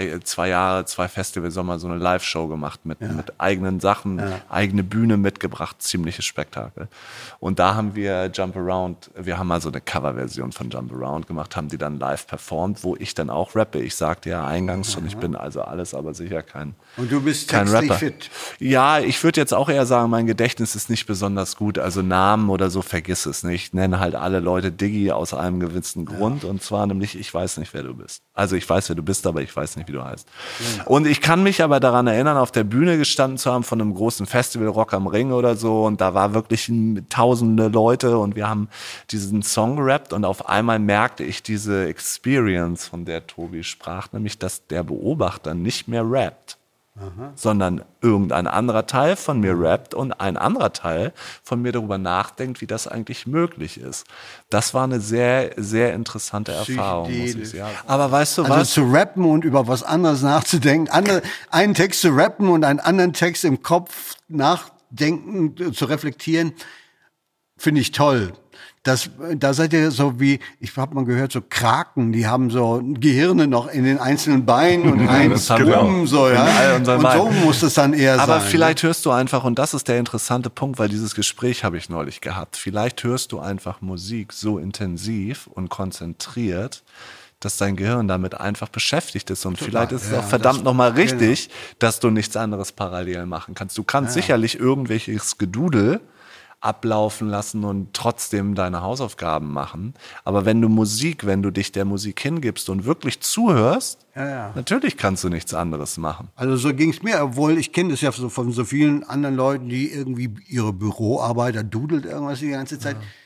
S3: 2 Festivalsommer so eine Live-Show gemacht mit eigenen Sachen, eigene Bühne mitgebracht, ziemliches Spektakel. Und da haben wir Jump Around, wir haben mal so eine Coverversion von Jump Around gemacht, haben die dann live performt, wo ich dann auch rappe. Ich sagte ja eingangs schon, ich bin also alles, aber sicher kein Rapper.
S4: Und du bist textlich fit?
S3: Ja, ich würde jetzt auch eher sagen, mein Gedächtnis ist nicht besonders gut, also Namen oder so, vergiss es nicht. Ich nenne halt alle Leute Diggi aus einem gewissen Grund und zwar nämlich, ich weiß nicht, wer du bist. Also ich weiß, wer du bist, aber ich weiß nicht, wie du heißt. Ja. Und ich kann mich aber daran erinnern, auf der Bühne gestanden zu haben von einem großen Festival, Rock am Ring oder so, und da war wirklich tausende Leute und wir haben diesen Song gerappt und auf einmal merkte ich diese Experience, von der Tobi sprach, nämlich, dass der Beobachter nicht mehr rappt, sondern irgendein anderer Teil von mir rappt und ein anderer Teil von mir darüber nachdenkt, wie das eigentlich möglich ist. Das war eine sehr, sehr interessante Erfahrung, muss ich sagen.
S4: Aber weißt du was? Also zu rappen und über was anderes nachzudenken, einen Text zu rappen und einen anderen Text im Kopf nachdenken, zu reflektieren, finde ich toll. Da seid ihr so wie, ich habe mal gehört, so Kraken, die haben so Gehirne noch in den einzelnen Beinen und eins drum, so, ja. Und so muss es dann eher sein.
S3: Aber vielleicht hörst du einfach, und das ist der interessante Punkt, weil dieses Gespräch habe ich neulich gehabt, vielleicht hörst du einfach Musik so intensiv und konzentriert, dass dein Gehirn damit einfach beschäftigt ist. Und vielleicht ist es auch verdammt nochmal richtig, dass du nichts anderes parallel machen kannst. Du kannst sicherlich irgendwelches Gedudel ablaufen lassen und trotzdem deine Hausaufgaben machen. Aber wenn du dich der Musik hingibst und wirklich zuhörst, natürlich kannst du nichts anderes machen.
S4: Also so ging es mir, obwohl ich kenne das ja so von so vielen anderen Leuten, die irgendwie ihre Büroarbeit, da dudelt irgendwas die ganze Zeit.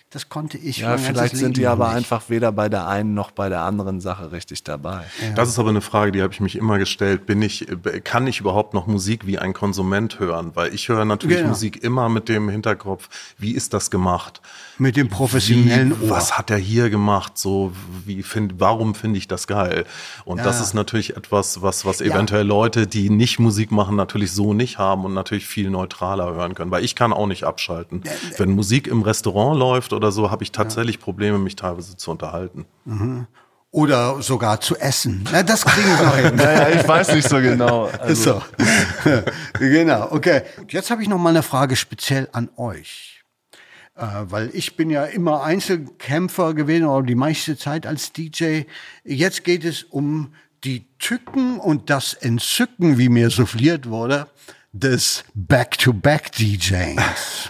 S4: das konnte ich.
S3: Ja, vielleicht sind die aber einfach weder bei der einen noch bei der anderen Sache richtig dabei.
S2: Ja. Das ist aber eine Frage, die habe ich mich immer gestellt. Kann ich überhaupt noch Musik wie ein Konsument hören? Weil ich höre natürlich Musik immer mit dem Hinterkopf, wie ist das gemacht?
S4: Mit dem professionellen Ohr.
S2: Was hat er hier gemacht? So, warum finde ich das geil? Und das ist natürlich etwas, was eventuell Leute, die nicht Musik machen, natürlich so nicht haben und natürlich viel neutraler hören können. Weil ich kann auch nicht abschalten. Wenn Musik im Restaurant läuft oder so, habe ich tatsächlich Probleme, mich teilweise zu unterhalten.
S4: Mhm. Oder sogar zu essen. Na, das kriegen wir noch hin.
S3: Naja, ich weiß nicht so genau.
S4: Also. So. Genau, okay. Jetzt habe ich noch mal eine Frage speziell an euch. Weil ich bin ja immer Einzelkämpfer gewesen, oder die meiste Zeit als DJ. Jetzt geht es um die Tücken und das Entzücken, wie mir souffliert wurde, des Back-to-Back-DJs.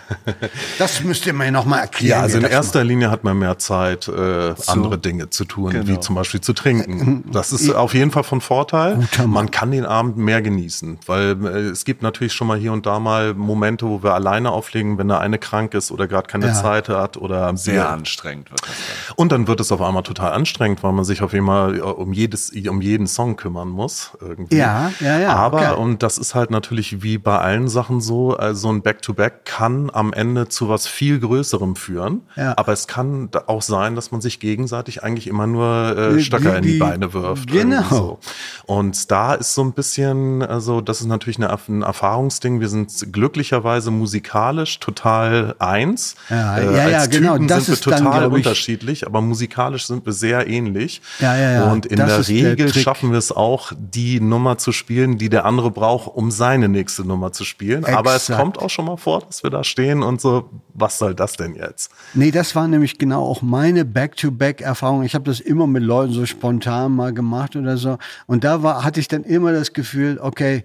S4: Das müsst ihr mir noch mal erklären.
S2: Ja, also in erster Linie hat man mehr Zeit, andere Dinge zu tun, wie zum Beispiel zu trinken. Das ist auf jeden Fall von Vorteil. Man kann den Abend mehr genießen, weil es gibt natürlich schon mal hier und da mal Momente, wo wir alleine auflegen, wenn der eine krank ist oder gerade keine Zeit hat oder
S3: sehr anstrengend wird das dann.
S2: Und dann wird es auf einmal total anstrengend, weil man sich auf einmal um jeden Song kümmern muss irgendwie.
S4: Ja.
S2: Aber und das ist halt natürlich wie bei allen Sachen so, also ein Back-to-Back kann am Ende zu was viel Größerem führen, aber es kann auch sein, dass man sich gegenseitig eigentlich immer nur Stöcker in die Beine wirft.
S4: Genau.
S2: So. Und da ist so ein bisschen, also das ist natürlich ein Erfahrungsding. Wir sind glücklicherweise musikalisch total eins. Als Typen sind wir total unterschiedlich, aber musikalisch sind wir sehr ähnlich. Und in der Regel schaffen wir es auch, die Nummer zu spielen, die der andere braucht, um seine nächste Nummer zu spielen. Exakt. Aber es kommt auch schon mal vor, dass wir da stehen und so, was soll das denn jetzt?
S4: Nee, das war nämlich genau auch meine Back-to-Back-Erfahrung. Ich habe das immer mit Leuten so spontan mal gemacht oder so. Und da hatte ich dann immer das Gefühl, okay,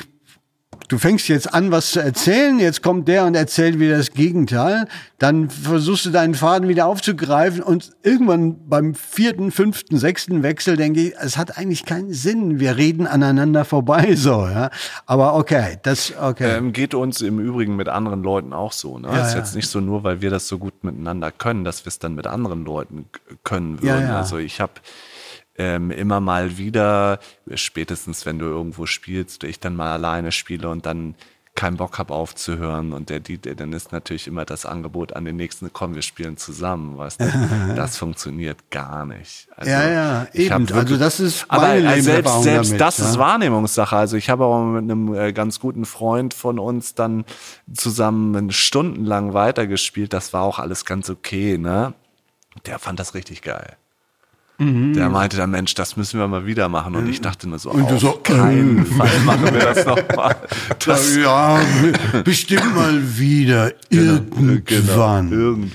S4: du fängst jetzt an, was zu erzählen, jetzt kommt der und erzählt wieder das Gegenteil, dann versuchst du deinen Faden wieder aufzugreifen und irgendwann beim 4., 5., 6. Wechsel denke ich, es hat eigentlich keinen Sinn, wir reden aneinander vorbei, so, ja. Aber okay.
S3: Geht uns im Übrigen mit anderen Leuten auch so, ne? Ist jetzt nicht so nur, weil wir das so gut miteinander können, dass wir es dann mit anderen Leuten können würden. Also ich habe immer mal wieder, spätestens wenn du irgendwo spielst, ich dann mal alleine spiele und dann keinen Bock habe aufzuhören und dann ist natürlich immer das Angebot an den nächsten, komm, wir spielen zusammen, weißt du? Das funktioniert gar nicht. Also,
S4: eben. Also das ist meine
S3: Lebenserfahrung selbst
S4: damit,
S3: das ist Wahrnehmungssache. Also ich habe auch mit einem ganz guten Freund von uns dann zusammen stundenlang weitergespielt. Das war auch alles ganz okay, ne? Der fand das richtig geil. Der meinte dann, Mensch, das müssen wir mal wieder machen. Und ich dachte nur so, auf keinen Fall machen wir das nochmal.
S4: Ja, bestimmt mal wieder. Irgendwann.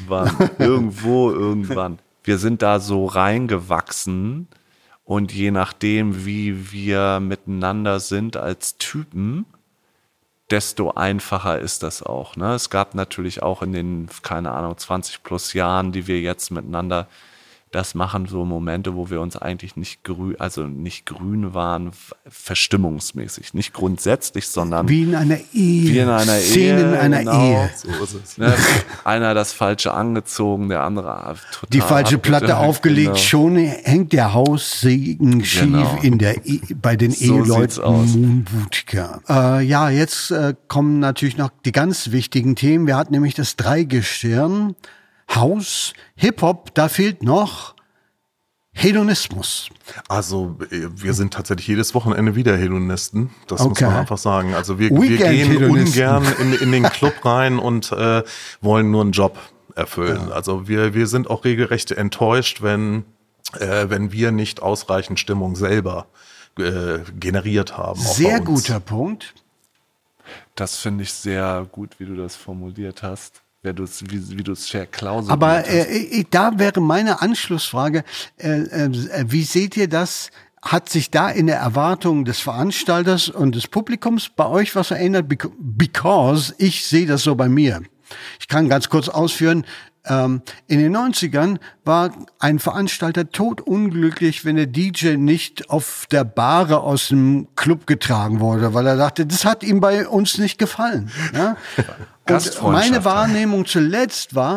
S3: Irgendwann. Wir sind da so reingewachsen und je nachdem, wie wir miteinander sind als Typen, desto einfacher ist das auch. Ne? Es gab natürlich auch in den, 20+ Jahren, die wir jetzt miteinander das machen, so Momente, wo wir uns eigentlich nicht grün waren, verstimmungsmäßig. Nicht grundsätzlich, sondern
S4: wie in einer Ehe.
S3: Wie in einer
S4: Szenen in einer Ehe.
S2: So ist es.
S3: Ne? Einer das Falsche angezogen, der andere total
S4: die falsche Platte aufgelegt, schon hängt der Haussegen schief bei den Eheleuten Moonbootcamp. Jetzt kommen natürlich noch die ganz wichtigen Themen. Wir hatten nämlich das Dreigestirn. House, Hip-Hop, da fehlt noch Hedonismus.
S2: Also wir sind tatsächlich jedes Wochenende wieder Hedonisten, das muss man einfach sagen. Also wir gehen ungern in den Club rein und wollen nur einen Job erfüllen. Ja. Also wir sind auch regelrecht enttäuscht, wenn wir nicht ausreichend Stimmung selber generiert haben.
S4: Sehr guter Punkt.
S3: Das finde ich sehr gut, wie du das formuliert hast. Wie du es sehr klausel.
S4: Aber da wäre meine Anschlussfrage, wie seht ihr das? Hat sich da in der Erwartung des Veranstalters und des Publikums bei euch was verändert? Because ich sehe das so bei mir. Ich kann ganz kurz ausführen. In den 90ern war ein Veranstalter totunglücklich, wenn der DJ nicht auf der Bahre aus dem Club getragen wurde, weil er dachte, das hat ihm bei uns nicht gefallen. Ja? Und meine Wahrnehmung zuletzt war,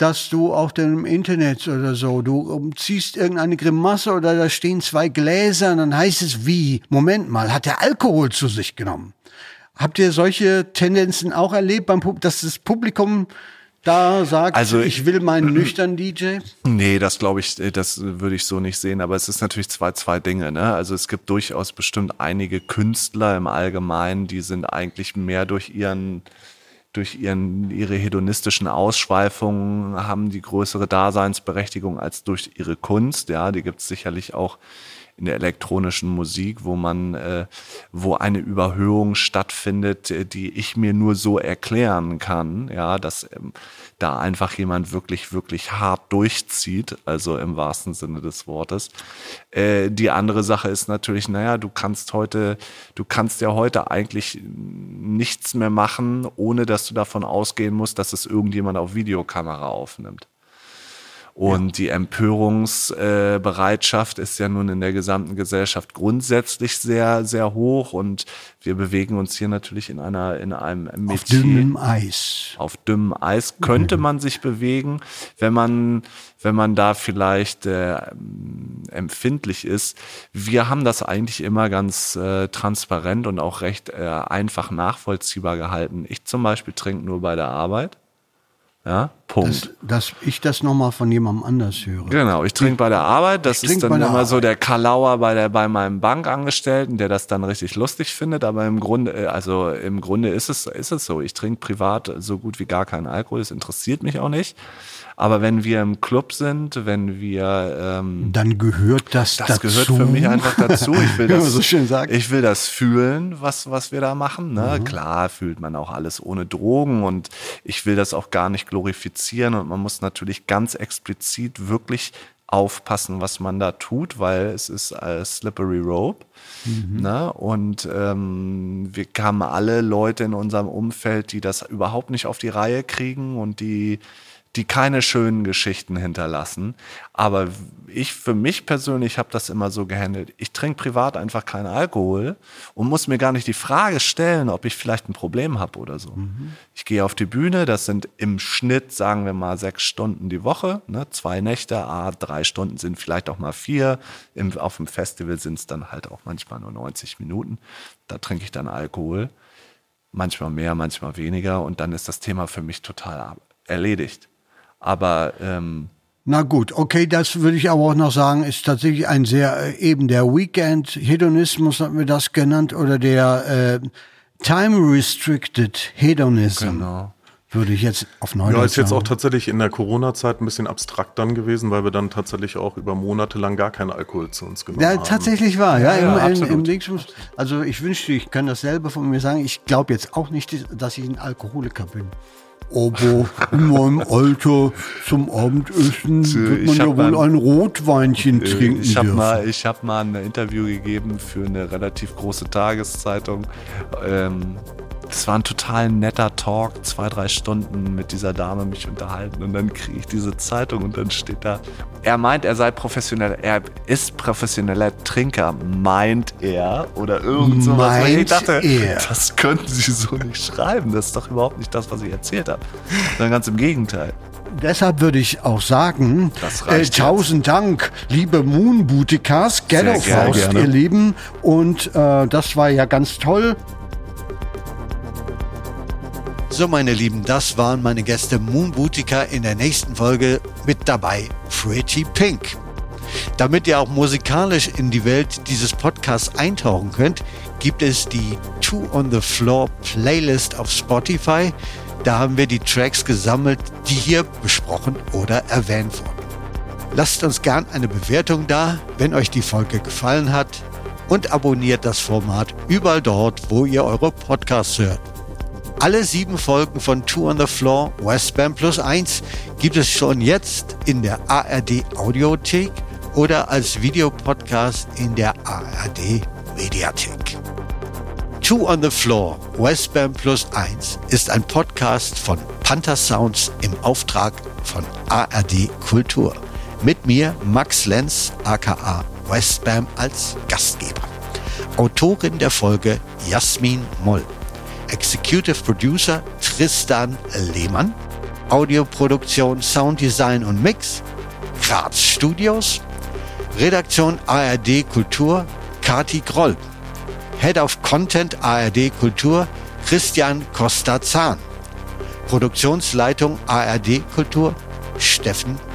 S4: dass du auch dann im Internet oder so, du ziehst irgendeine Grimasse oder da stehen 2 Gläser und dann heißt es wie, Moment mal, hat er Alkohol zu sich genommen? Habt ihr solche Tendenzen auch erlebt, dass das Publikum da sagt, also ich will meinen nüchternen DJ?
S3: Nee, das glaube ich, das würde ich so nicht sehen, aber es ist natürlich zwei Dinge, ne? Also es gibt durchaus bestimmt einige Künstler im Allgemeinen, die sind eigentlich mehr durch ihre hedonistischen Ausschweifungen, haben die größere Daseinsberechtigung als durch ihre Kunst, ja, die gibt es sicherlich auch in der elektronischen Musik, wo eine Überhöhung stattfindet, die ich mir nur so erklären kann, ja, dass da einfach jemand wirklich, wirklich hart durchzieht, also im wahrsten Sinne des Wortes. Die andere Sache ist natürlich, du kannst ja heute eigentlich nichts mehr machen, ohne dass du davon ausgehen musst, dass es irgendjemand auf Videokamera aufnimmt. Und die Empörungsbereitschaft ist ja nun in der gesamten Gesellschaft grundsätzlich sehr, sehr hoch und wir bewegen uns hier natürlich in einem Metier.
S4: Auf dünnem Eis.
S3: Auf dünnem Eis könnte man sich bewegen, wenn man da vielleicht empfindlich ist. Wir haben das eigentlich immer ganz transparent und auch recht einfach nachvollziehbar gehalten. Ich zum Beispiel trinke nur bei der Arbeit. Ja, Punkt.
S4: Dass ich das nochmal von jemandem anders höre.
S3: Genau, ich trinke bei der Arbeit. Das ist dann immer so der Kalauer bei meinem Bankangestellten, der das dann richtig lustig findet. Aber im Grunde ist es so. Ich trinke privat so gut wie gar keinen Alkohol. Das interessiert mich auch nicht. Aber wenn wir im Club sind, dann
S4: gehört das dazu.
S3: Das gehört für mich einfach dazu. Ich will das,
S4: so schön sagen.
S3: Ich will das fühlen, was wir da machen. Ne? Klar fühlt man auch alles ohne Drogen und ich will das auch gar nicht glorifizieren und man muss natürlich ganz explizit wirklich aufpassen, was man da tut, weil es ist slippery rope. Ne? Und wir haben alle Leute in unserem Umfeld, die das überhaupt nicht auf die Reihe kriegen und die keine schönen Geschichten hinterlassen. Aber ich für mich persönlich habe das immer so gehandelt. Ich trinke privat einfach keinen Alkohol und muss mir gar nicht die Frage stellen, ob ich vielleicht ein Problem habe oder so. Ich gehe auf die Bühne, das sind im Schnitt, sagen wir mal, 6 Stunden die Woche, ne? 2 Nächte, 3 Stunden sind vielleicht auch mal 4. Auf dem Festival sind es dann halt auch manchmal nur 90 Minuten. Da trinke ich dann Alkohol. Manchmal mehr, manchmal weniger und dann ist das Thema für mich total erledigt. Aber
S4: na gut, okay, das würde ich aber auch noch sagen, ist tatsächlich ein sehr eben der Weekend-Hedonismus, haben wir das genannt, oder der Time-Restricted Hedonism.
S3: Genau.
S4: Würde ich jetzt auf Neudeutsch sagen.
S2: Ja, ist jetzt auch tatsächlich in der Corona-Zeit ein bisschen abstrakt dann gewesen, weil wir dann tatsächlich auch über Monate lang gar keinen Alkohol zu uns genommen haben.
S4: Ja, tatsächlich war, im Dingsbums. Also ich wünschte, ich kann dasselbe von mir sagen. Ich glaube jetzt auch nicht, dass ich ein Alkoholiker bin. Aber in meinem Alter zum Abendessen wird man ja wohl ein Rotweinchen trinken dürfen.
S3: Ich habe mal ein Interview gegeben für eine relativ große Tageszeitung. Das war ein total netter Talk, 2-3 Stunden mit dieser Dame mich unterhalten und dann kriege ich diese Zeitung und dann steht da, er meint, er ist professioneller Trinker, meint er oder irgend sowas. Ich dachte, das könnten Sie so nicht schreiben, das ist doch überhaupt nicht das, was ich erzählt habe. Sondern ganz im Gegenteil.
S4: Deshalb würde ich auch sagen, 1000 Dank, liebe Moonboutikas, Ghetto-Faust, ihr Lieben. Und das war ja ganz toll.
S1: So, meine Lieben, das waren meine Gäste Moonboutica, in der nächsten Folge mit dabei Pretty Pink. Damit ihr auch musikalisch in die Welt dieses Podcasts eintauchen könnt, gibt es die Two on the Floor Playlist auf Spotify. Da haben wir die Tracks gesammelt, die hier besprochen oder erwähnt wurden. Lasst uns gern eine Bewertung da, wenn euch die Folge gefallen hat, und abonniert das Format überall dort, wo ihr eure Podcasts hört. Alle 7 Folgen von Two on the Floor Westbam Plus 1 gibt es schon jetzt in der ARD Audiothek oder als Videopodcast in der ARD Mediathek. Two on the Floor Westbam Plus 1 ist ein Podcast von Panther Sounds im Auftrag von ARD Kultur. Mit mir Max Lenz aka Westbam als Gastgeber. Autorin der Folge Jasmin Moll. Executive Producer Tristan Lehmann. Audioproduktion, Sounddesign und Mix Graz Studios. Redaktion ARD Kultur Kati Groll. Head of Content ARD Kultur Christian Costa-Zahn. Produktionsleitung ARD Kultur Steffen